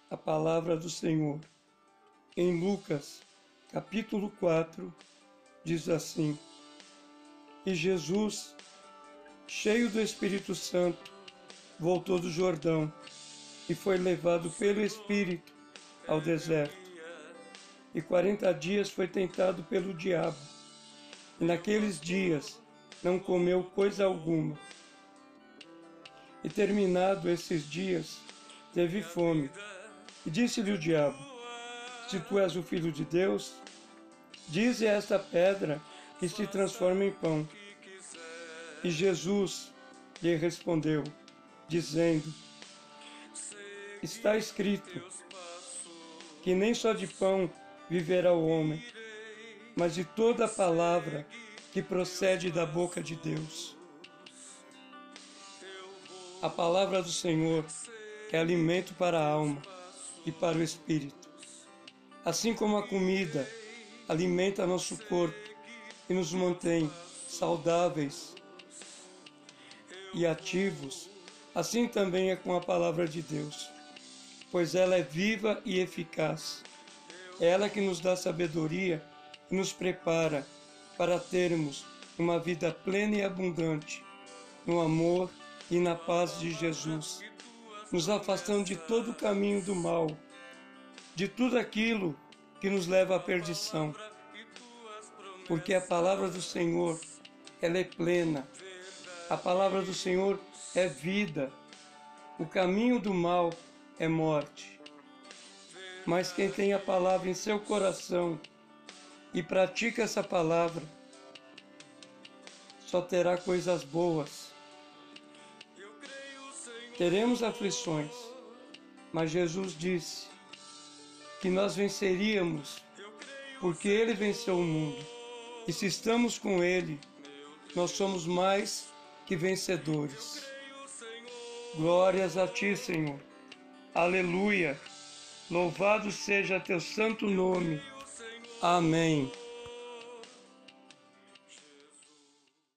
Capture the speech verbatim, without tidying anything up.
a palavra do Senhor. Em Lucas, capítulo quatro, diz assim: E Jesus, cheio do Espírito Santo, voltou do Jordão e foi levado pelo Espírito ao deserto. E quarenta dias foi tentado pelo diabo, e naqueles dias não comeu coisa alguma. E terminado esses dias, teve fome. E disse-lhe o diabo: Se tu és o Filho de Deus, dize a esta pedra que se transforme em pão. E Jesus lhe respondeu, dizendo: Está escrito que nem só de pão viverá o homem, mas de toda a palavra que procede da boca de Deus. A palavra do Senhor é alimento para a alma e para o espírito. Assim como a comida alimenta nosso corpo e nos mantém saudáveis e ativos, assim também é com a palavra de Deus, pois ela é viva e eficaz. É ela que nos dá sabedoria e nos prepara para termos uma vida plena e abundante no amor e na paz de Jesus, nos afastando de todo o caminho do mal, de tudo aquilo que nos leva à perdição, porque a palavra do Senhor, ela é plena, a palavra do Senhor é vida, o caminho do mal é morte. Mas quem tem a palavra em seu coração e pratica essa palavra, só terá coisas boas. Teremos aflições, mas Jesus disse que nós venceríamos, porque Ele venceu o mundo. E se estamos com Ele, nós somos mais que vencedores. Glórias a Ti, Senhor. Aleluia. Louvado seja Teu santo nome. Amém.